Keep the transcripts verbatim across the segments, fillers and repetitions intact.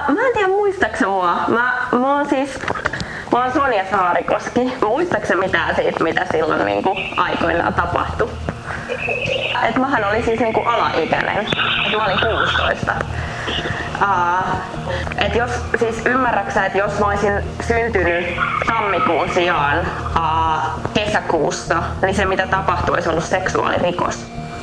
mä en tiedä muistaaksä mua. Mä, mä oon siis, mä oon Sonja Saarikoski. Muistaaksä mitään siitä, mitä silloin niinku aikoinaan tapahtui? Et mähän olin siis niinku alaikäinen. Et mä olin kuusitoista. Uh, et jos, siis ymmärräksä, että jos mä olisin syntynyt tammikuun sijaan uh, kesäkuussa, niin se mitä tapahtui olisi ollut seksuaalirikos.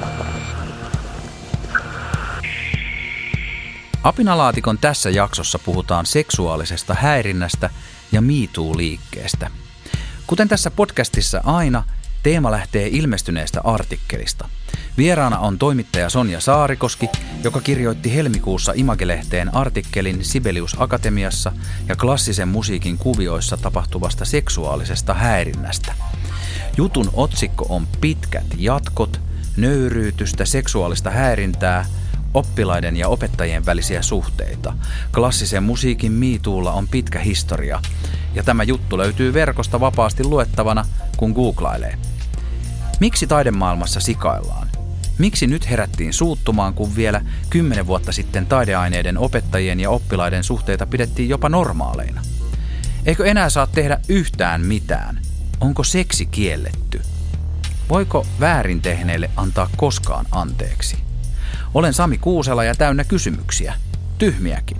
Apinalaatikon tässä jaksossa puhutaan seksuaalisesta häirinnästä ja Me Too-liikkeestä. Kuten tässä podcastissa aina, teema lähtee ilmestyneestä artikkelista. Vieraana on toimittaja Sonja Saarikoski, joka kirjoitti helmikuussa Image-lehteen artikkelin Sibelius Akatemiassa ja klassisen musiikin kuvioissa tapahtuvasta seksuaalisesta häirinnästä. Jutun otsikko on Pitkät jatkot, nöyryytystä, seksuaalista häirintää, oppilaiden ja opettajien välisiä suhteita. Klassisen musiikin Me Toolla on pitkä historia, ja tämä juttu löytyy verkosta vapaasti luettavana, kun googlailee. Miksi taidemaailmassa sikaillaan? Miksi nyt herättiin suuttumaan, kun vielä kymmenen vuotta sitten taideaineiden opettajien ja oppilaiden suhteita pidettiin jopa normaaleina? Eikö enää saa tehdä yhtään mitään? Onko seksi kielletty? Voiko väärin tehneille antaa koskaan anteeksi? Olen Sami Kuusela ja täynnä kysymyksiä. Tyhmiäkin.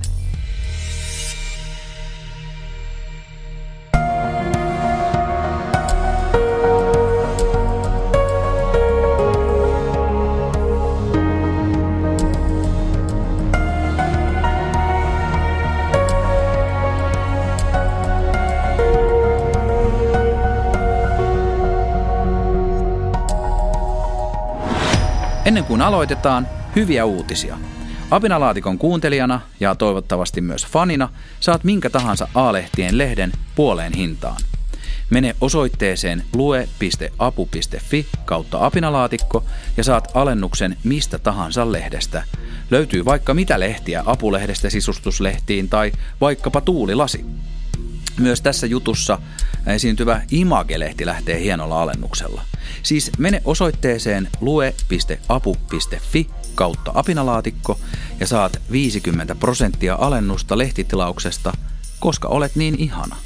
Ennen kuin aloitetaan, hyviä uutisia. Apinalaatikon kuuntelijana ja toivottavasti myös fanina saat minkä tahansa A-lehtien lehden puoleen hintaan. Mene osoitteeseen lue piste apu piste fi kautta apinalaatikko ja saat alennuksen mistä tahansa lehdestä. Löytyy vaikka mitä lehtiä Apulehdestä sisustuslehtiin tai vaikkapa Tuulilasi. Myös tässä jutussa esiintyvä Image-lehti lähtee hienolla alennuksella. Siis mene osoitteeseen lue piste apu piste fi kautta apinalaatikko ja saat viisikymmentä prosenttia alennusta lehtitilauksesta, koska olet niin ihana.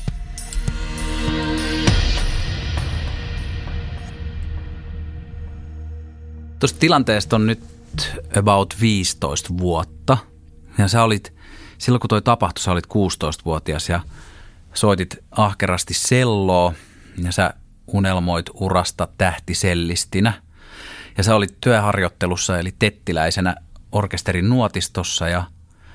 Tuosta tilanteesta on nyt about viisitoista vuotta. Ja sä olit, silloin kun toi tapahtui, sä olit kuusitoistavuotias ja soitit ahkerasti selloa ja sä unelmoit urasta tähtisellistinä. Ja sä olit työharjoittelussa eli tettiläisenä orkesterin nuotistossa ja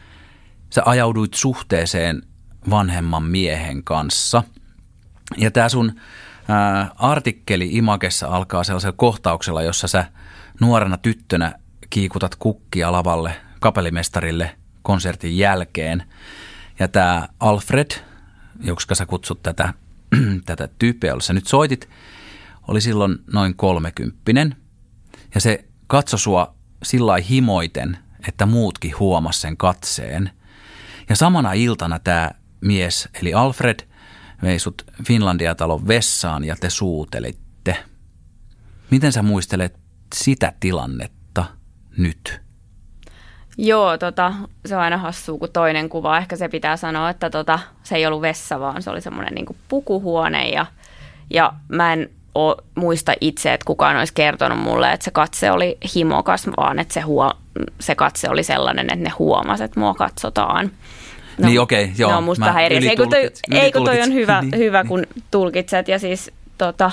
sä ajauduit suhteeseen vanhemman miehen kanssa. Ja tää sun ää, artikkeli Imagessa alkaa sellaisella kohtauksella, jossa sä nuorena tyttönä kiikutat kukkia lavalle kapellimestarille konsertin jälkeen. Ja tää Alfred, joksi sä kutsut tätä, tätä tyyppiä, jolla sä nyt soitit, oli silloin noin kolmekymppinen. Ja se katsoi sua sillai himoiten, että muutkin huomasi sen katseen. Ja samana iltana tämä mies, eli Alfred, vei sut Finlandia-talon vessaan ja te suutelitte. Miten sä muistelet sitä tilannetta nyt? Joo, tota, se on aina hassua, kun toinen kuva. Ehkä se pitää sanoa, että tota, se ei ollut vessa, vaan se oli semmoinen niin kuin pukuhuone. Ja, ja mä en ole, muista itse, että kukaan olisi kertonut mulle, että se katse oli himokas, vaan että se, huo, se katse oli sellainen, että ne huomasi, että mua katsotaan. No, niin okei, okay, joo. No musta vähän eri. Eikö toi, eikö toi on hyvä, hyvä, kun tulkitset ja siis tota...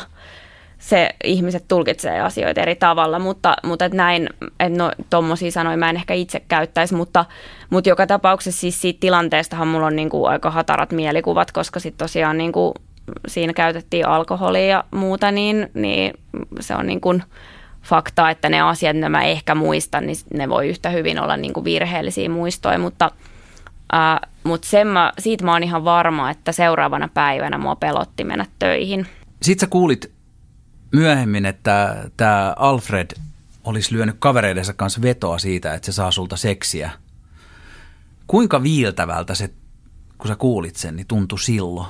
se ihmiset tulkitsee asioita eri tavalla, mutta, mutta et näin, että no tommosia sanoja mä en ehkä itse käyttäisi, mutta, mutta joka tapauksessa siis siitä tilanteestahan mulla on niinku aika hatarat mielikuvat, koska sitten tosiaan niinku siinä käytettiin alkoholia ja muuta, niin, niin se on niinku fakta, että ne asiat, mitä mä ehkä muistan, niin ne voi yhtä hyvin olla niinku virheellisiä muistoja, mutta, ää, mutta sen mä, siitä mä oon ihan varma, että seuraavana päivänä mua pelotti mennä töihin. Sitten sä kuulit myöhemmin, että tämä Alfred olisi lyönyt kavereidensa kanssa vetoa siitä, että se saa sulta seksiä. Kuinka viiltävältä se, kun sä kuulit sen, niin tuntui silloin?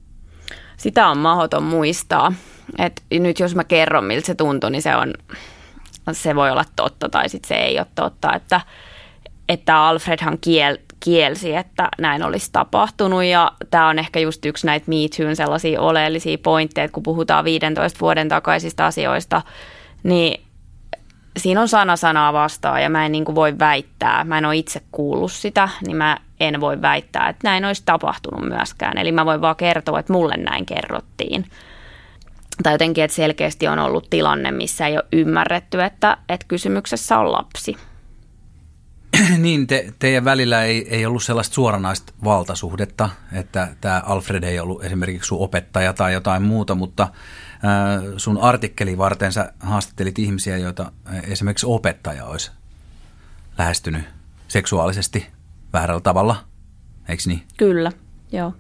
Sitä on mahdoton muistaa. Et nyt jos mä kerron, miltä se tuntui, niin se, on, se voi olla totta tai sitten se ei ole totta. Että, että Alfredhan kiel, kielsi, että näin olisi tapahtunut. Ja tämä on ehkä just yksi näitä Me Toon sellaisia oleellisia pointteja, että kun puhutaan viidentoista vuoden takaisista asioista, niin siinä on sana sanaa vastaan ja mä en niin kuin voi väittää, mä en ole itse kuullut sitä, niin mä en voi väittää, että näin olisi tapahtunut myöskään. Eli mä voin vaan kertoa, että mulle näin kerrottiin. Tai jotenkin, että selkeästi on ollut tilanne, missä ei ole ymmärretty, että, että kysymyksessä on lapsi. Niin, te, teidän välillä ei, ei ollut sellaista suoranaista valtasuhdetta, että tämä Alfred ei ollut esimerkiksi sun opettaja tai jotain muuta, mutta äh, sun artikkeli varten sä haastattelit ihmisiä, joita esimerkiksi opettaja olisi lähestynyt seksuaalisesti väärällä tavalla, eikö niin? Kyllä, joo.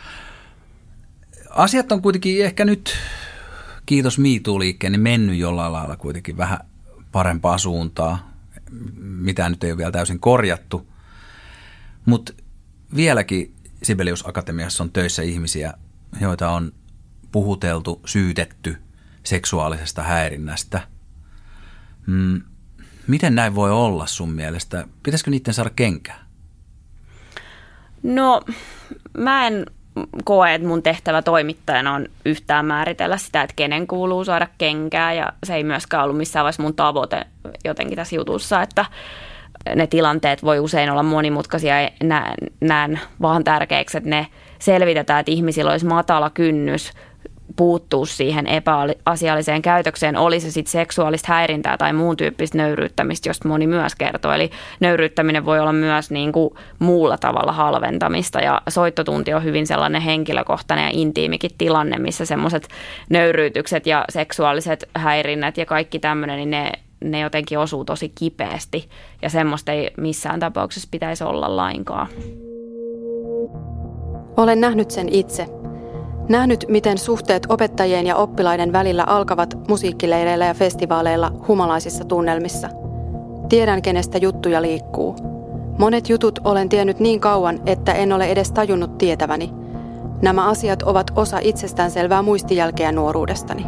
Asiat on kuitenkin ehkä nyt, kiitos Me Too-liikkeen, niin mennyt jollain lailla kuitenkin vähän parempaa suuntaa. Mitä nyt ei ole vielä täysin korjattu, mutta vieläkin Sibelius Akatemiassa on töissä ihmisiä, joita on puhuteltu, syytetty seksuaalisesta häirinnästä. Mm, miten näin voi olla sun mielestä? Pitäisikö niiden saada kenkää? No, mä en koe, että mun tehtävä toimittajana on yhtään määritellä sitä, että kenen kuuluu saada kenkää, ja se ei myöskään ollut missään vaiheessa mun tavoite jotenkin tässä jutussa, että ne tilanteet voi usein olla monimutkaisia ja näen, näen vaan tärkeäksi, että ne selvitetään, että ihmisillä olisi matala kynnys puuttua siihen epäasialliseen käytökseen, oli se sitten seksuaalista häirintää tai muun tyyppistä nöyryyttämistä, josta moni myös kertoo. Eli nöyryyttäminen voi olla myös niin kuin muulla tavalla halventamista, ja soittotunti on hyvin sellainen henkilökohtainen ja intiimikin tilanne, missä semmoiset nöyryytykset ja seksuaaliset häirinnät ja kaikki tämmöinen, niin ne, ne jotenkin osuu tosi kipeästi, ja semmoista ei missään tapauksessa pitäisi olla lainkaan. Olen nähnyt sen itse. Nähnyt, miten suhteet opettajien ja oppilaiden välillä alkavat musiikkileireillä ja festivaaleilla humalaisissa tunnelmissa. Tiedän, kenestä juttuja liikkuu. Monet jutut olen tiennyt niin kauan, että en ole edes tajunnut tietäväni. Nämä asiat ovat osa itsestäänselvää muistijälkeä nuoruudestani.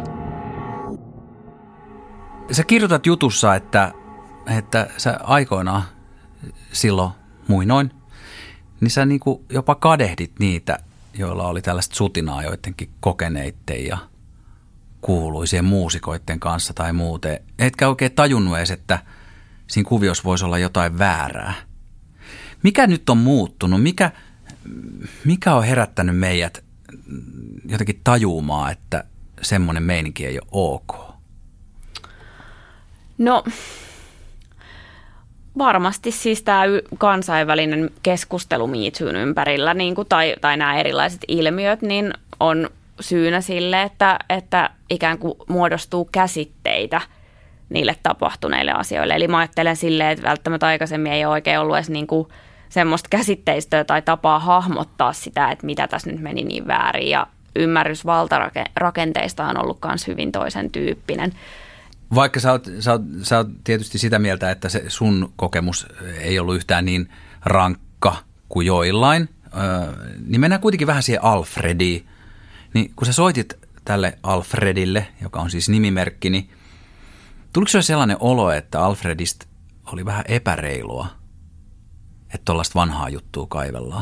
Sä kirjoitat jutussa, että, että sä aikoinaan silloin muinoin, niin sä niinku jopa kadehdit niitä, joilla oli tällaista sutinaa joidenkin kokeneitten ja kuuluisien muusikoiden kanssa tai muuten. Etkä oikein tajunnut edes, että siinä kuviossa voisi olla jotain väärää. Mikä nyt on muuttunut? Mikä, mikä on herättänyt meidät jotenkin tajumaan, että semmoinen meininki ei ole ok? No, varmasti siis tämä kansainvälinen keskustelu Me Toon ympärillä niin kuin, tai, tai nämä erilaiset ilmiöt niin on syynä sille, että, että ikään kuin muodostuu käsitteitä niille tapahtuneille asioille. Eli mä ajattelen silleen, että välttämättä aikaisemmin ei ole oikein ollut edes niin kuin semmoista käsitteistöä tai tapaa hahmottaa sitä, että mitä tässä nyt meni niin väärin. Ja ymmärrys valtarakenteista on ollut myös hyvin toisen tyyppinen. Vaikka sä oot, sä, oot, sä oot tietysti sitä mieltä, että se sun kokemus ei ollut yhtään niin rankka kuin joillain, öö, niin mennään kuitenkin vähän siihen Alfrediin. Niin kun sä soitit tälle Alfredille, joka on siis nimimerkki, niin tuliko se sellainen olo, että Alfredista oli vähän epäreilua, että tuollaista vanhaa juttua kaivellaan?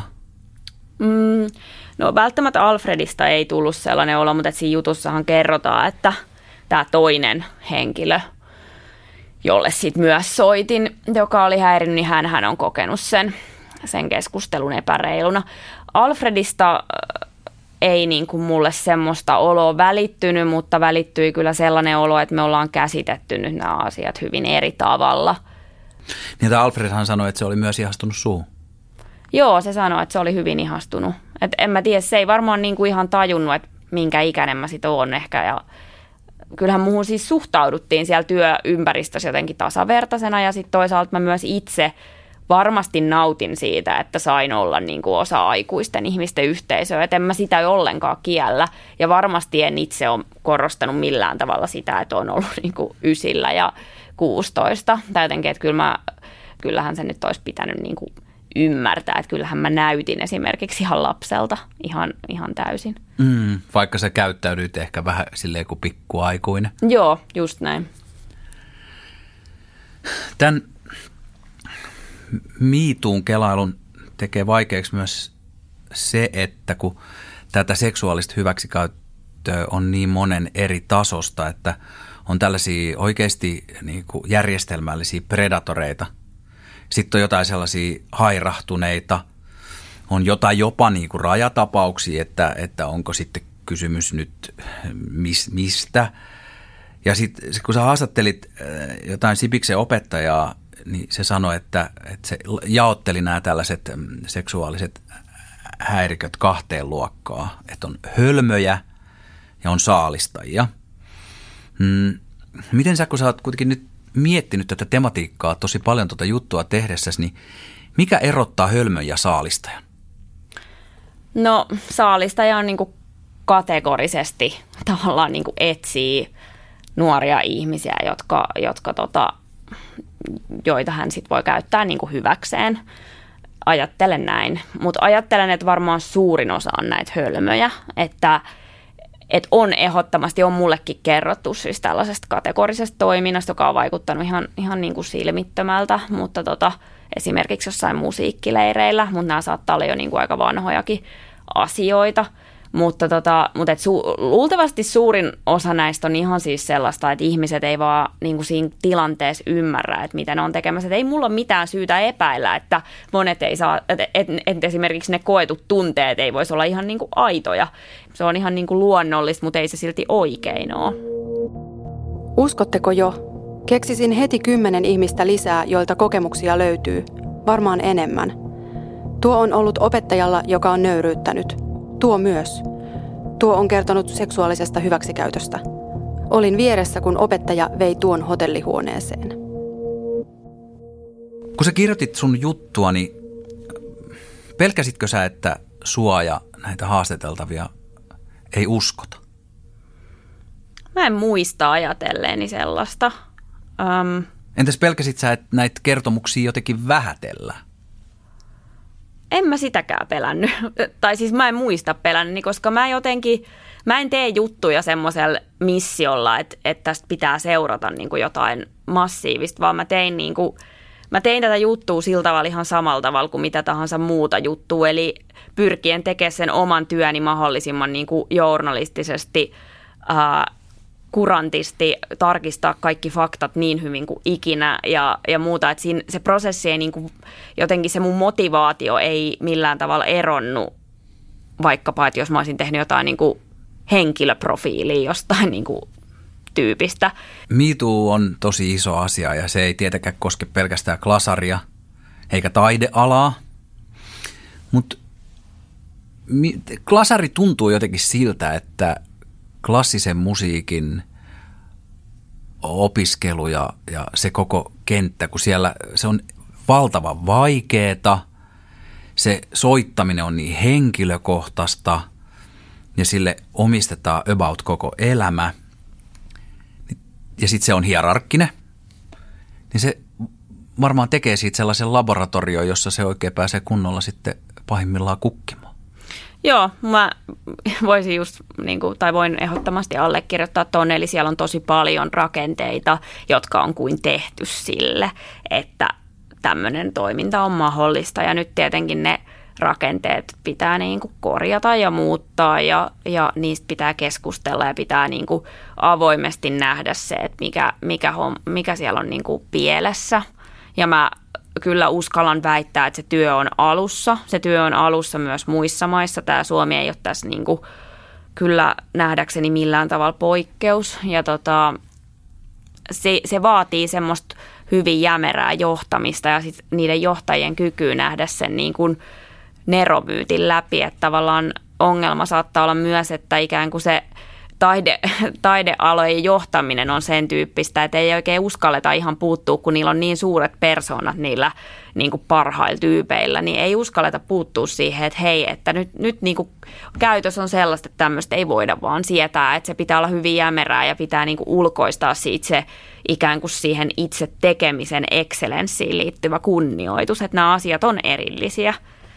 Mm, no välttämättä Alfredista ei tullut sellainen olo, mutta siinä jutussahan kerrotaan, että tämä toinen henkilö, jolle sitten myös soitin, joka oli häirinnyt, niin hän, hän on kokenut sen, sen keskustelun epäreiluna. Alfredista ei niin kuin mulle semmoista oloa välittynyt, mutta välittyi kyllä sellainen olo, että me ollaan käsitetty nyt nämä asiat hyvin eri tavalla. Niin tämä Alfredhan sanoi, että se oli myös ihastunut suuhun. Joo, se sanoi, että se oli hyvin ihastunut. Et en mä tiedä, se ei varmaan niin kuin ihan tajunnut, että minkä ikäinen mä sit oon ehkä, ja kyllähän muuhun siis suhtauduttiin siellä työympäristössä jotenkin tasavertaisena, ja sitten toisaalta mä myös itse varmasti nautin siitä, että sain olla niin kuin osa aikuisten ihmisten yhteisöä, että en mä sitä ollenkaan kiellä, ja varmasti en itse ole korostanut millään tavalla sitä, että on ollut niin kuin ysillä ja kuusitoista, tai jotenkin, että kyllä mä, kyllähän se nyt olisi pitänyt niin kuin ymmärtää, että kyllähän mä näytin esimerkiksi ihan lapselta ihan, ihan täysin. Mm, vaikka sä käyttäydyit ehkä vähän silleen kuin pikkuaikuinen. Joo, just näin. Tämän Me Toon kelailun tekee vaikeaksi myös se, että kun tätä seksuaalista hyväksikäyttöä on niin monen eri tasosta, että on tällaisia oikeasti niin kuin järjestelmällisiä predatoreita. Sitten on jotain sellaisia hairahtuneita, on jotain jopa niin kuin rajatapauksia, että, että onko sitten kysymys nyt mis, mistä. Ja sitten sit kun sä haastattelit jotain Sibiksen opettajaa, niin se sanoi, että, että se jaotteli nämä tällaiset seksuaaliset häiriköt kahteen luokkaan. Että on hölmöjä ja on saalistajia. Hmm. Miten sä, kun sä oot kuitenkin nyt miettinyt tätä tematiikkaa tosi paljon tuota juttua tehdessäsi, niin mikä erottaa hölmön ja saalistajan? No saalistaja on niin kuin kategorisesti tavallaan niin kuin etsii nuoria ihmisiä, jotka, jotka tota, joita hän sit voi käyttää niin kuin hyväkseen. Ajattelen näin, mutta ajattelen, että varmaan suurin osa on näitä hölmöjä, että et on ehdottomasti, on mullekin kerrottu siis tällaisesta kategorisesta toiminnasta, joka on vaikuttanut ihan, ihan niin kuin silmittömältä, mutta tota, esimerkiksi jossain musiikkileireillä, mutta nämä saattaa olla jo niin kuin aika vanhojakin asioita. Mutta, tota, mutta et su, luultavasti suurin osa näistä on ihan siis sellaista, että ihmiset ei vaan niin kuin siinä tilanteessa ymmärrä, että mitä ne on tekemässä. Että ei mulla ole mitään syytä epäillä, että monet ei saa, että et, et esimerkiksi ne koetut tunteet ei voisi olla ihan niin kuin aitoja. Se on ihan niin kuin luonnollista, mutta ei se silti oikein ole. Uskotteko jo? Keksisin heti kymmenen ihmistä lisää, joilta kokemuksia löytyy. Varmaan enemmän. Tuo on ollut opettajalla, joka on nöyryyttänyt. Tuo myös. Tuo on kertonut seksuaalisesta hyväksikäytöstä. Olin vieressä, kun opettaja vei tuon hotellihuoneeseen. Kun sä kirjoitit sun juttua, niin pelkäsitkö sä, että sua ja näitä haastateltavia ei uskota? Mä en muista ajatelleeni sellaista. Um, Entäs pelkäsit sä, että näitä kertomuksia jotenkin vähätellään? En mä sitäkään pelännyt. Tai siis mä en muista pelännyt, koska mä jotenkin, mä en tee juttuja semmoisella missiolla, että, että tästä pitää seurata niin kuin jotain massiivista, vaan mä tein, niin kuin, mä tein tätä juttua sillä tavalla ihan samalla tavalla kuin mitä tahansa muuta juttua. Eli pyrkien tekemään sen oman työni mahdollisimman niin kuin journalistisesti, ää, kurantisti, tarkistaa kaikki faktat niin hyvin kuin ikinä ja, ja muuta. Että siinä se prosessi ei niin kuin, jotenkin se mun motivaatio ei millään tavalla eronnut, vaikkapa, että jos mä olisin tehnyt jotain niin kuin henkilöprofiilia jostain niin kuin tyypistä. Me Too on tosi iso asia ja se ei tietenkään koske pelkästään glasaria eikä taidealaa, mutta glasari tuntuu jotenkin siltä, että klassisen musiikin opiskelu ja, ja se koko kenttä, kun siellä se on valtavan vaikeeta, se soittaminen on niin henkilökohtaista ja sille omistetaan about koko elämä ja sitten se on hierarkkinen, niin se varmaan tekee siitä sellaisen laboratorion, jossa se oikein pääsee kunnolla sitten pahimmillaan kukkimaan. Joo, mä voisin just, niin kuin, tai voin ehdottomasti allekirjoittaa tuonne, eli siellä on tosi paljon rakenteita, jotka on kuin tehty sille, että tämmöinen toiminta on mahdollista. Ja nyt tietenkin ne rakenteet pitää niin kuin korjata ja muuttaa ja, ja niistä pitää keskustella ja pitää niin kuin avoimesti nähdä se, että mikä, mikä, hom, mikä siellä on niin kuin pielessä. Ja mä kyllä uskallan väittää, että se työ on alussa. Se työ on alussa myös muissa maissa. Tämä Suomi ei ole tässä niin kuin kyllä nähdäkseni millään tavalla poikkeus. Ja tota, se, se vaatii semmoista hyvin jämerää johtamista ja sit niiden johtajien kykyä nähdä sen niin kuin neromyytin läpi. Että tavallaan ongelma saattaa olla myös, että ikään kuin se Taide, taidealojen johtaminen on sen tyyppistä, että ei oikein uskalleta ihan puuttua, kun niillä on niin suuret persoonat niillä niin kuin parhailla tyypeillä, niin ei uskalleta puuttua siihen, että hei, että nyt, nyt niin kuin käytös on sellaista, että tämmöistä ei voida vaan sietää, että se pitää olla hyvin jämerää ja pitää niin kuin ulkoistaa siitä se ikään kuin siihen itse tekemisen excellenssiin liittyvä kunnioitus, että nämä asiat on erillisiä.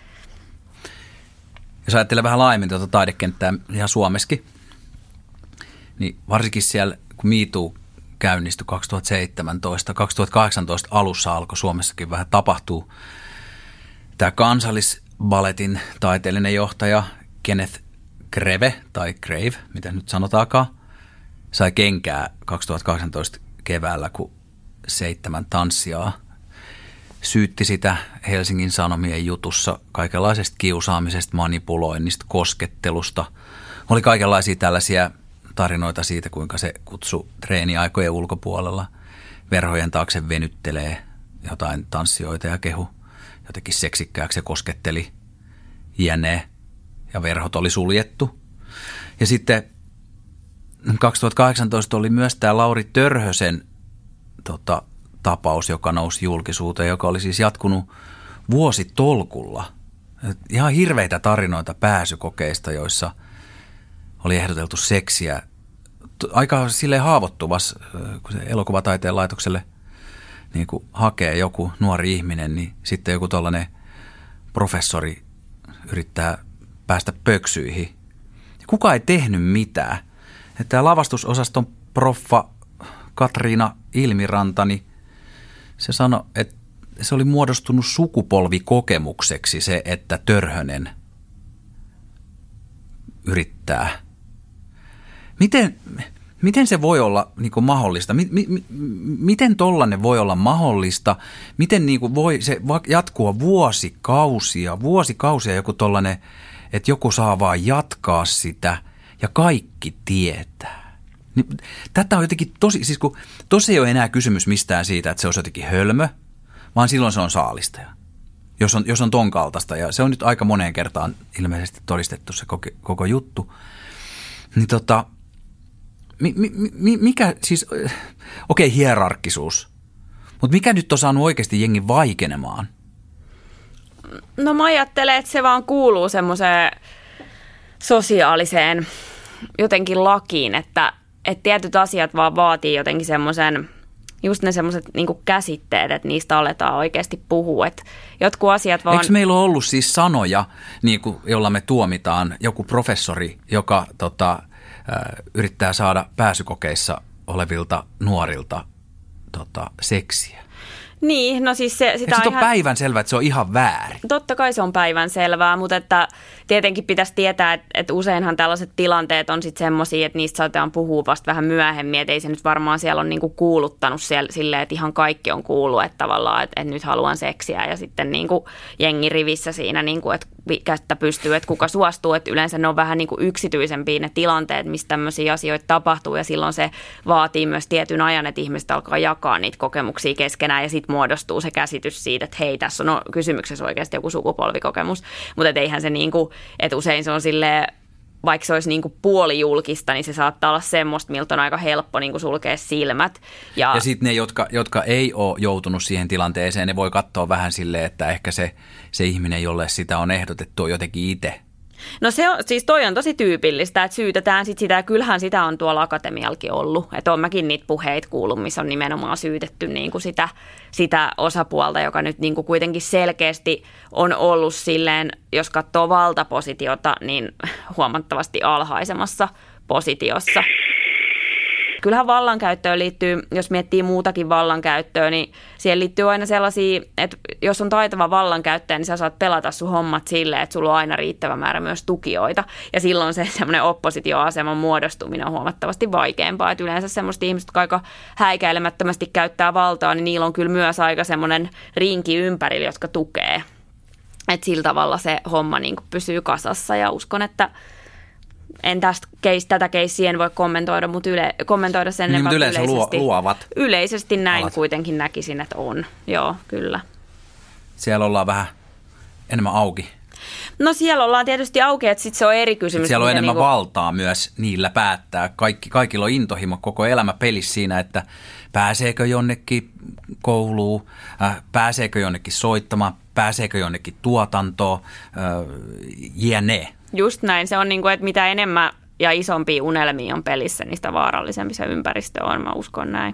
Jos ajattelee vähän laajemmin tuota taidekenttää ihan Suomessakin, niin varsinkin siellä, kun Me Too käynnistyi kaksituhattaseitsemäntoista kaksituhattakahdeksantoista alussa alkoi Suomessakin vähän tapahtuu Tämä Kansallisballetin taiteellinen johtaja Kenneth Greve, tai Grave, mitä nyt sanotaankaan, sai kenkää kaksituhattakahdeksantoista keväällä, kun seitsemän tanssijaa syytti sitä Helsingin Sanomien jutussa kaikenlaisesta kiusaamisesta, manipuloinnista, koskettelusta. Oli kaikenlaisia tällaisia tarinoita siitä, kuinka se kutsui treeniaikojen ulkopuolella verhojen taakse venyttelee jotain tanssijoita ja kehu jotenkin seksikkääksi ja kosketteli jne. Ja verhot oli suljettu. Ja sitten kaksituhattakahdeksantoista oli myös tämä Lauri Törhösen tota, tapaus, joka nousi julkisuuteen, joka oli siis jatkunut vuositolkulla. Ihan hirveitä tarinoita pääsykokeista, joissa oli ehdoteltu seksiä. Aika silleen haavoittuvas, kun se elokuvataiteen laitokselle niin kun hakee joku nuori ihminen, niin sitten joku tollainen professori yrittää päästä pöksyihin. Kuka ei tehnyt mitään. Tämä lavastusosaston proffa Katriina Ilmiranta, niin se sanoi, että se oli muodostunut sukupolvikokemukseksi se, että Törhönen yrittää. Miten, miten se voi olla niin kuin mahdollista? M- m- miten tollainen voi olla mahdollista? Miten niin kuin voi se jatkua vuosikausia, vuosikausia joku tollainen, että joku saa vaan jatkaa sitä ja kaikki tietää. Tätä on jotenkin tosi, siis kun tosi ei ole enää kysymys mistään siitä, että se olisi jotenkin hölmö, vaan silloin se on saalistaja, jos on, jos on ton kaltaista. Ja se on nyt aika moneen kertaan ilmeisesti todistettu se koko, koko juttu. Niin tota, mi, mi, mikä siis, okei okay, hierarkkisuus, mutta mikä nyt on saanut oikeasti jengi vaikenemaan? No mä ajattelen, että se vaan kuuluu semmoiseen sosiaaliseen jotenkin lakiin, että, että tietyt asiat vaan vaatii jotenkin semmoisen, just ne semmoiset niinku käsitteet, että niistä aletaan oikeasti puhua. Että jotkut asiat vaan... Eikö meillä ole ollut siis sanoja, niin kuin, jolla me tuomitaan joku professori, joka tota, äh, yrittää saada pääsykokeissa olevilta nuorilta tota, seksiä? Niin, no siis se... Sitä Eikö se on ihan... päivän selvää, että se on ihan väärin? Totta kai se on päivän selvää, mutta että tietenkin pitäisi tietää, että, että useinhan tällaiset tilanteet on sitten semmoisia, että niistä saatetaan puhua vasta vähän myöhemmin, että ei se nyt varmaan siellä ole niinku kuuluttanut siellä, silleen, että ihan kaikki on kuullut, että tavallaan, että, että nyt haluan seksiä ja sitten niinku jengi rivissä siinä, niinku, että kättä pystyy, että kuka suostuu, että yleensä ne on vähän niinku yksityisempiä ne tilanteet, mistä tämmöisiä asioita tapahtuu ja silloin se vaatii myös tietyn ajan, että ihmiset alkaa jakaa niitä kokemuksia keskenään ja sitten muodostuu se käsitys siitä, että hei, tässä on no, kysymyksessä oikeasti joku sukupolvikokemus, mutta eihän se niinku, että usein se on silleen, vaikka se olisi niinku puolijulkista, niin se saattaa olla semmoista, miltä on aika helppo niinku sulkea silmät. Ja, ja sitten ne, jotka, jotka ei ole joutunut siihen tilanteeseen, ne voi katsoa vähän silleen, että ehkä se, se ihminen, jolle sitä on ehdotettu, on jotenkin itse. No se on, siis toi on tosi tyypillistä, että syytetään sit sitä, ja kyllähän sitä on tuolla akatemiallakin ollut. Että on mäkin niitä puheita kuullut, missä on nimenomaan syytetty niinku sitä, sitä osapuolta, joka nyt niinku kuitenkin selkeästi on ollut silleen, jos katsoo valtapositiota, niin huomattavasti alhaisemmassa positiossa. Kyllähän vallankäyttöön liittyy, jos miettii muutakin vallankäyttöä, niin siihen liittyy aina sellaisia, että jos on taitava vallankäyttäjä, niin sä saat pelata sun hommat silleen, että sulla on aina riittävä määrä myös tukijoita. Ja silloin se semmoinen oppositioaseman muodostuminen on huomattavasti vaikeampaa. Että yleensä semmoista ihmiset, jotka aika häikäilemättömästi käyttää valtaa, niin niillä on kyllä myös aika semmoinen rinki ympärillä, jotka tukee. Että sillä tavalla se homma niin kuin pysyy kasassa ja uskon, että en tästä case, tätä keissiä en voi kommentoida, mutta yle, kommentoida sen niin, enemmän yleisesti, luovat yleisesti näin alat. Kuitenkin näkisin, että on. Joo, kyllä. Siellä ollaan vähän enemmän auki. No siellä ollaan tietysti auki, että sitten se on eri kysymys. Sitten siellä on enemmän niinku... valtaa myös niillä päättää. Kaikki, kaikilla on intohimo koko elämä pelissä siinä, että pääseekö jonnekin kouluun, äh, pääseekö jonnekin soittamaan, pääseekö jonnekin tuotantoon, äh, jne. Just näin. Se on niin kuin, että mitä enemmän ja isompia unelmia on pelissä, niin sitä vaarallisempi se ympäristö on. Mä uskon näin.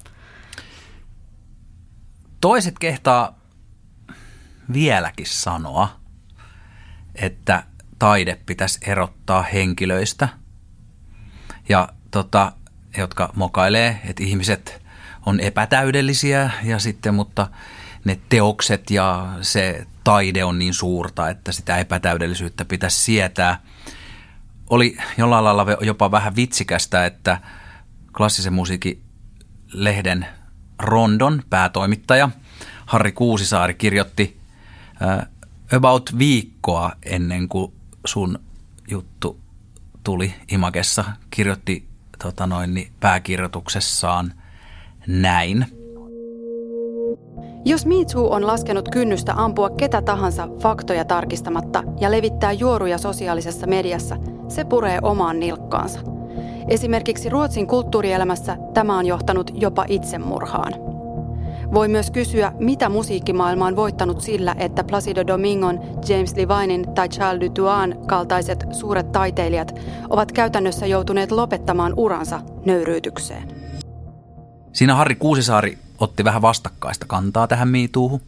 Toiset kehtaa vieläkin sanoa, että taide pitäisi erottaa henkilöistä, ja tota, jotka mokailee, että ihmiset on epätäydellisiä ja sitten, mutta ne teokset ja se taide on niin suurta, että sitä epätäydellisyyttä pitäisi sietää. Oli jollain lailla jopa vähän vitsikästä, että klassisen musiikin lehden Rondon päätoimittaja Harri Kuusisaari kirjoitti uh, about viikkoa ennen kuin sun juttu tuli Imagessa, kirjoitti tota noin, niin pääkirjoituksessaan näin. Jos Me Too on laskenut kynnystä ampua ketä tahansa faktoja tarkistamatta ja levittää juoruja sosiaalisessa mediassa, se puree omaan nilkkaansa. Esimerkiksi Ruotsin kulttuurielämässä tämä on johtanut jopa itsemurhaan. Voi myös kysyä, mitä musiikkimaailma on voittanut sillä, että Placido Domingon, James Levinein tai Charles Dutoin kaltaiset suuret taiteilijat ovat käytännössä joutuneet lopettamaan uransa nöyryytykseen. Siinä Harri Kuusisaari otti vähän vastakkaista kantaa tähän Me Toohun.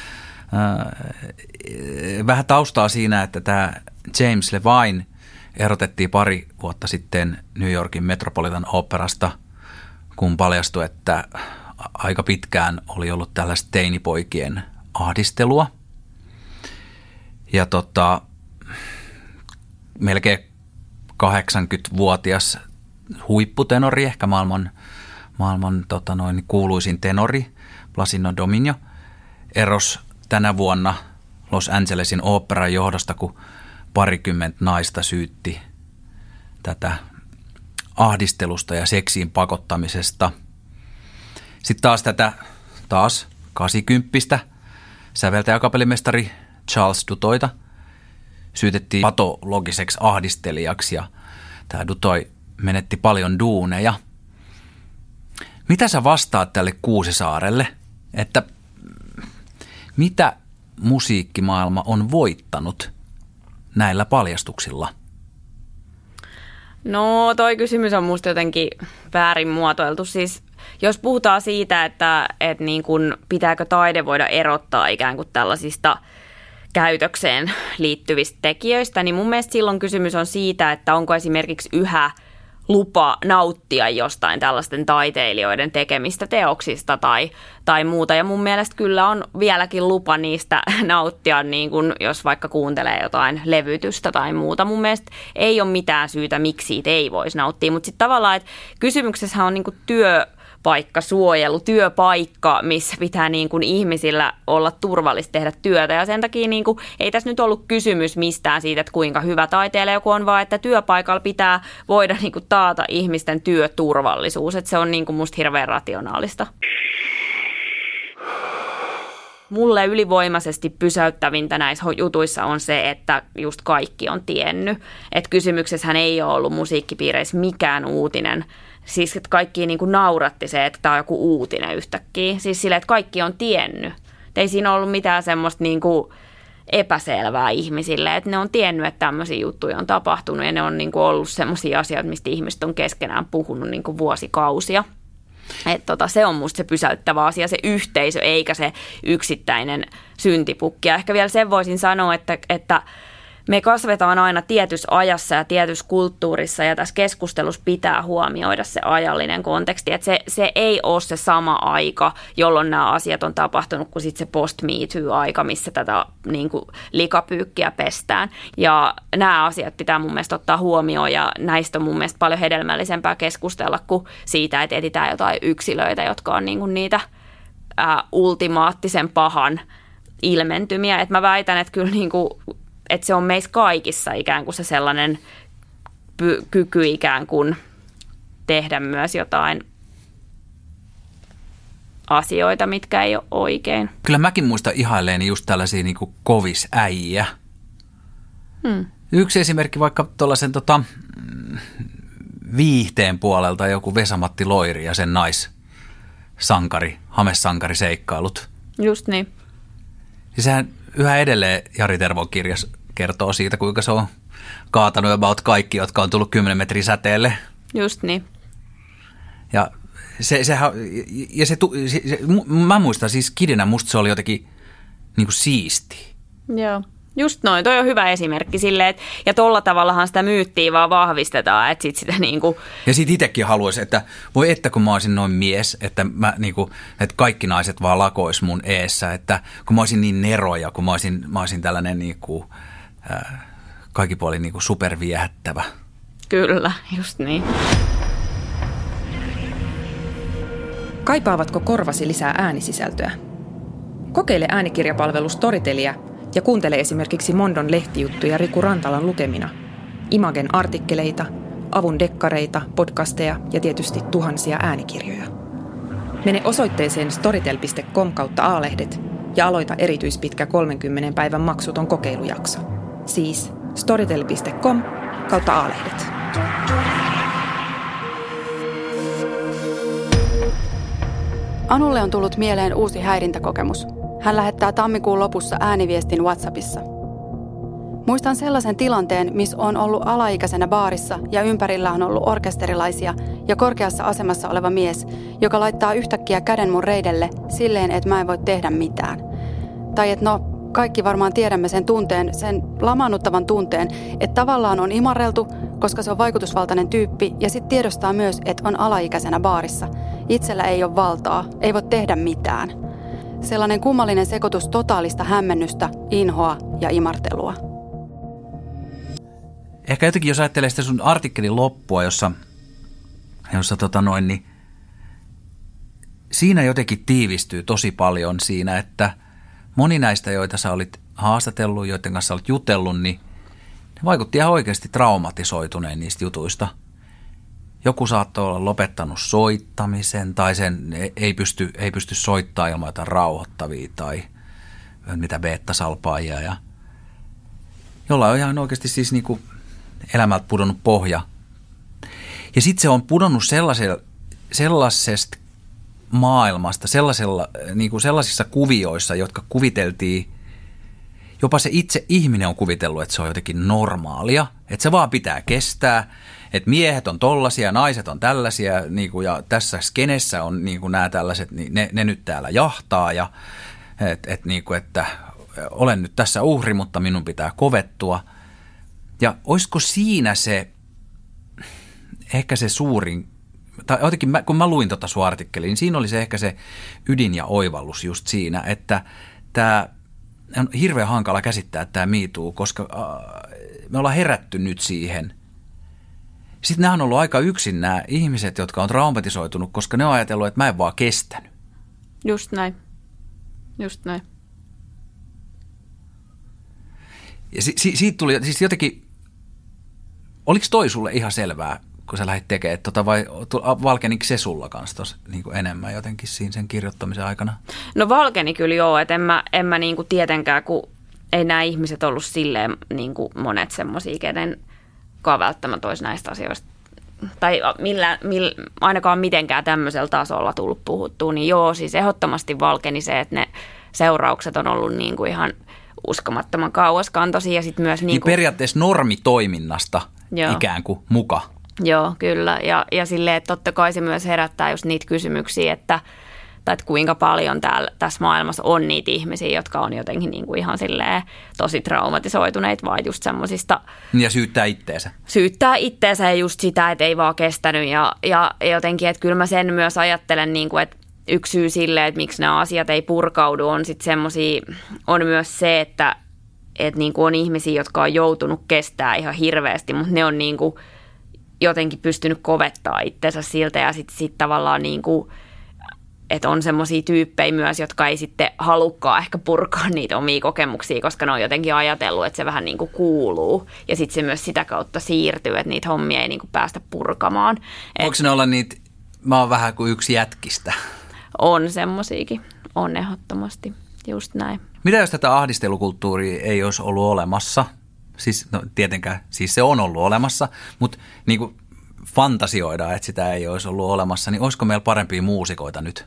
Vähän taustaa siinä, että tämä James Levine erotettiin pari vuotta sitten New Yorkin Metropolitan Operasta, kun paljastui, että aika pitkään oli ollut tällaista teinipoikien ahdistelua. Ja tota, melkein kahdeksankymmentävuotias huipputenori, ehkä maailman, maailman tota noin, kuuluisin tenori, Placido Domingo, erosi tänä vuonna Los Angelesin oopperan johdosta, kun parikymmentä naista syytti tätä ahdistelusta ja seksiin pakottamisesta. Sitten taas tätä taas kasikymppistä säveltäjäkapellimestari Charles Dutoita syytettiin patologiseksi ahdistelijaksi ja tämä Dutoi menetti paljon duuneja. Mitä sä vastaat tälle Kuusisaarelle, että mitä musiikkimaailma on voittanut näillä paljastuksilla? No toi kysymys on musta jotenkin väärin muotoiltu. Siis jos puhutaan siitä, että, että niin kun pitääkö taide voida erottaa ikään kuin tällaisista käytökseen liittyvistä tekijöistä, niin mun mielestä silloin kysymys on siitä, että onko esimerkiksi yhä lupa nauttia jostain tällaisten taiteilijoiden tekemistä teoksista tai, tai muuta. Ja mun mielestä kyllä on vieläkin lupa niistä nauttia, niin kuin jos vaikka kuuntelee jotain levytystä tai muuta. Mun mielestä ei ole mitään syytä, miksi siitä ei voisi nauttia. Mutta sitten tavallaan, että kysymyksessä on niin kuin työ... paikka, suojelu, työpaikka, missä pitää niin kuin ihmisillä olla turvallista tehdä työtä. Ja sen takia niin kuin, ei tässä nyt ollut kysymys mistään siitä, että kuinka hyvä taiteilija joku on, vaan että työpaikalla pitää voida niin kuin taata ihmisten työturvallisuus. Että se on niin kuin musta hirveän rationaalista. Mulle ylivoimaisesti pysäyttävintä näissä jutuissa on se, että just kaikki on tiennyt. Että kysymyksessähän ei ole ollut musiikkipiireissä mikään uutinen. Siis että kaikki niin kuin nauratti se, että tämä on joku uutinen yhtäkkiä. Siis sille, että kaikki on tiennyt. Et ei siinä ollut mitään semmoista niin kuin epäselvää ihmisille. Että ne on tiennyt, että tämmöisiä juttuja on tapahtunut ja ne on niin kuin ollut semmoisia asioita, mistä ihmiset on keskenään puhunut niin kuin vuosikausia. Että tota, se on musta se pysäyttävä asia, se yhteisö eikä se yksittäinen syntipukki. Ja ehkä vielä sen voisin sanoa, että, että me kasvetaan aina tietyssä ajassa ja tietyssä kulttuurissa ja tässä keskustelussa pitää huomioida se ajallinen konteksti. Että se, se ei ole se sama aika, jolloin nämä asiat on tapahtunut kuin sitten se post-Me Too-aika, missä tätä niin kuin likapyykkiä pestään. Ja nämä asiat pitää mun mielestä ottaa huomioon ja näistä on mun mielestä paljon hedelmällisempää keskustella kuin siitä, että etsitään jotain yksilöitä, jotka on niin kuin niitä ää, ultimaattisen pahan ilmentymiä. Että mä väitän, että kyllä niin kuin että se on meissä kaikissa ikään kuin se sellainen py- kyky ikään kuin tehdä myös jotain asioita, mitkä ei ole oikein. Kyllä mäkin muistan ihailleeni just tällaisia niin kuin kovisäijiä. Hmm. Yksi esimerkki vaikka tuollaisen tota, viihteen puolelta joku Vesa-Matti Loiri ja sen naissankari, hamesankariseikkailut. Just niin. Ja sehän yhä edelleen Jari Tervon kirjas kertoo siitä, kuinka se on kaatanut about kaikki, jotka on tullut kymmenen metrin säteelle. Just niin. Ja se, sehän, ja se, se, se, mä muistan siis kidinä, musta se oli jotenkin niin kuin siisti. Joo. Just noin, toi on hyvä esimerkki silleen, että, ja tolla tavallahan sitä myyttiä vaan vahvistetaan, että sit sitä niinku... Ja sit itsekin haluaisi, että voi että kun mä olisin noin mies, että, mä, niinku, että kaikki naiset vaan lakois mun eessä, että kun mä olisin niin neroja, kun mä olisin, mä olisin tällainen niinku, äh, kaikki puolin niinku superviehättävä. Kyllä, just niin. Kaipaavatko korvasi lisää äänisisältöä? Kokeile äänikirjapalvelu Storytelia ja kuuntele esimerkiksi Mondon lehtijuttuja Riku Rantalan lukemina, Imagen artikkeleita, Avun dekkareita, podcasteja ja tietysti tuhansia äänikirjoja. Mene osoitteeseen storytel piste com kautta A-lehdet ja aloita erityispitkä kolmenkymmenen päivän maksuton kokeilujakso. Siis storytel piste com kautta A-lehdet. Anulle on tullut mieleen uusi häirintäkokemus. Hän lähettää tammikuun lopussa ääniviestin WhatsAppissa. Muistan sellaisen tilanteen, missä on ollut alaikäisenä baarissa ja ympärillä on ollut orkesterilaisia ja korkeassa asemassa oleva mies, joka laittaa yhtäkkiä käden mun reidelle silleen, että mä en voi tehdä mitään. Tai että no, kaikki varmaan tiedämme sen tunteen, sen lamaannuttavan tunteen, että tavallaan on imarreltu, koska se on vaikutusvaltainen tyyppi ja sitten tiedostaa myös, että on alaikäisenä baarissa. Itsellä ei ole valtaa, ei voi tehdä mitään. Sellainen kummallinen sekoitus totaalista hämmennystä, inhoa ja imartelua. Ehkä jotenkin, jos ajattelee sitä sun artikkelin loppua, jossa, jossa tota noin, niin siinä jotenkin tiivistyy tosi paljon siinä, että moni näistä, joita sä olit haastatellut, joiden kanssa olit jutellut, niin ne vaikutti ihan oikeasti traumatisoituneen niistä jutuista. Joku saattoi olla lopettanut soittamisen tai sen ei pysty, ei pysty soittamaan ilman jotain rauhoittavia tai mitä beta-salpaajia. Ja jollain on ihan oikeasti siis niin kuin elämältä pudonnut pohja. Ja sitten se on pudonnut sellaisesta maailmasta, sellaisella, niin kuin sellaisissa kuvioissa, jotka kuviteltiin, jopa se itse ihminen on kuvitellut, että se on jotenkin normaalia, että se vaan pitää kestää, että miehet on tollaisia, naiset on tällaisia, niin kuin, ja tässä skenessä on niin kuin nämä tällaiset, niin ne, ne nyt täällä jahtaa, ja et, et, niin kuin, että olen nyt tässä uhri, mutta minun pitää kovettua. Ja olisiko siinä se, ehkä se suurin, tai jotenkin mä, kun mä luin tota sun artikkeliin, niin siinä oli se ehkä se ydin ja oivallus just siinä, että tämä on hirveän hankala käsittää tämä Me Too, koska äh, me ollaan herätty nyt siihen. Sitten nämä on ollut aika yksin nämä ihmiset, jotka on traumatisoitunut, koska ne on ajatellut, että mä en vaan kestänyt. Just näin. Just näin. Ja si- si- siitä tuli, siis jotenkin, oliko toi sulle ihan selvää, kun sä lähdit tekemään, tota, vai valkeniko se sulla kanssa tos, niin kuin enemmän jotenkin siinä sen kirjoittamisen aikana? No valkeni kyllä joo, että en mä, en mä niin kuin tietenkään, kun ei nämä ihmiset ollut silleen niin kuin monet semmoisia, kenen välttämättä olisi näistä asioista, tai millään, mill, ainakaan mitenkään tämmöisellä tasolla tullut puhuttua, niin joo, siis ehdottomasti valkeni se, että ne seuraukset on ollut niin kuin ihan uskomattoman kauaskantoisia. Ja sit myös niin, niin kuin, periaatteessa normitoiminnasta joo. ikään kuin muka. Joo, kyllä. Ja, ja silleen, että totta kai se myös herättää just niitä kysymyksiä, että, tai että kuinka paljon täällä, tässä maailmassa on niitä ihmisiä, jotka on jotenkin niin kuin ihan silleen tosi traumatisoituneita, vaan just semmoisista. Ja syyttää itteensä. Syyttää itteensä ja just sitä, että ei vaan kestänyt. Ja, ja jotenkin, että kyllä mä sen myös ajattelen, niin kuin, että yksi syy silleen, että miksi nämä asiat ei purkaudu, on sitten semmoisia, on myös se, että, että niin kuin on ihmisiä, jotka on joutunut kestää ihan hirveästi, mutta ne on niin kuin jotenkin pystynyt kovettaa itsensä siltä ja sitten sit tavallaan niin kuin, että on semmoisia tyyppejä myös, jotka ei sitten halukkaan ehkä purkaa niitä omia kokemuksia, koska ne on jotenkin ajatellut, että se vähän niin kuin kuuluu ja sitten se myös sitä kautta siirtyy, että niitä hommia ei niin kuin päästä purkamaan. Onko ne olla niitä, mä oon vähän kuin yksi jätkistä? On semmosiakin, on ehdottomasti, just näin. Mitä jos tätä ahdistelukulttuuria ei olisi ollut olemassa? Siis no, tietenkään, siis se on ollut olemassa, mutta niin kuin fantasioidaan, että sitä ei olisi ollut olemassa, niin olisiko meillä parempia muusikoita nyt?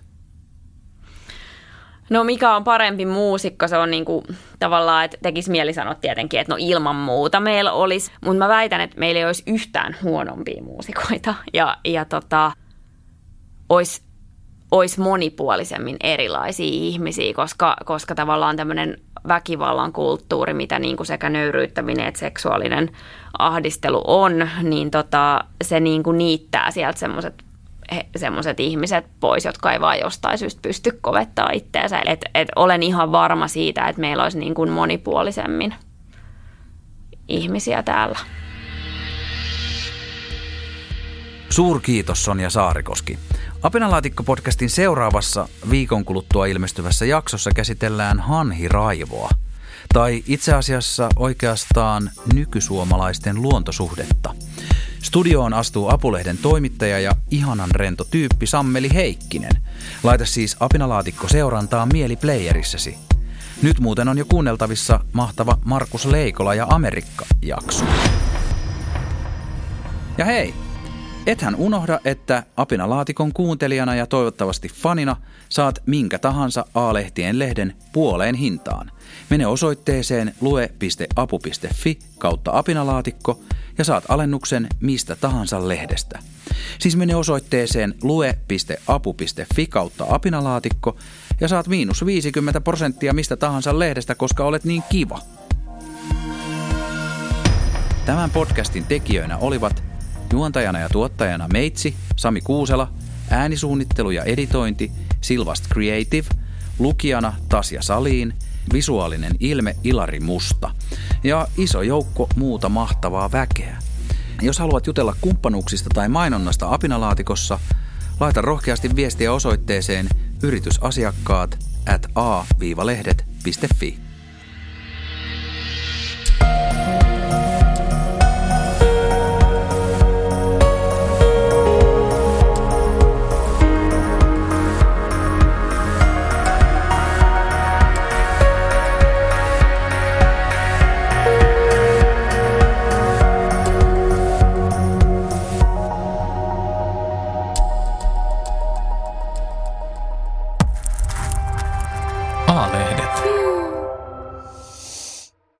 No mikä on parempi muusikko, se on niin kuin, tavallaan, että tekisi mieli sanoa tietenkin, että no ilman muuta meillä olisi, mutta mä väitän, että meillä ei olisi yhtään huonompia muusikoita ja, ja tota, olisi olisi monipuolisemmin erilaisia ihmisiä, koska, koska tavallaan tämmöinen väkivallan kulttuuri, mitä niin kuin sekä nöyryyttäminen että seksuaalinen ahdistelu on, niin tota, se niin kuin niittää sieltä semmoiset semmoiset ihmiset pois, jotka ei vaan jostain syystä pysty kovettaa itseänsä. Et, et olen ihan varma siitä, että meillä olisi niin kuin monipuolisemmin ihmisiä täällä. Suurkiitos Sonja Saarikoski. Apinalaatikko-podcastin seuraavassa viikon kuluttua ilmestyvässä jaksossa käsitellään hanhiraivoa. Tai itse asiassa oikeastaan nykysuomalaisten luontosuhdetta. Studioon astuu Apulehden toimittaja ja ihanan rento tyyppi Sammeli Heikkinen. Laita siis Apinalaatikko seurantaa mieliplayerissäsi. Nyt muuten on jo kuunneltavissa mahtava Markus Leikola ja Amerikka-jakso. Ja hei! Ethän unohda, että Apinalaatikon kuuntelijana ja toivottavasti fanina saat minkä tahansa A-lehtien lehden puoleen hintaan. Mene osoitteeseen lue piste apu piste fi kautta apinalaatikko ja saat alennuksen mistä tahansa lehdestä. Siis mene osoitteeseen lue piste apu piste fi kautta apinalaatikko ja saat miinus viisikymmentä prosenttia mistä tahansa lehdestä, koska olet niin kiva. Tämän podcastin tekijöinä olivat juontajana ja tuottajana Meitsi, Sami Kuusela, äänisuunnittelu ja editointi, Silvast Creative, lukijana Tasja Saliin, visuaalinen ilme Ilari Musta ja iso joukko muuta mahtavaa väkeä. Jos haluat jutella kumppanuuksista tai mainonnasta Apinalaatikossa, laita rohkeasti viestiä osoitteeseen yritysasiakkaat at a lehdet piste fi. A-lehdet.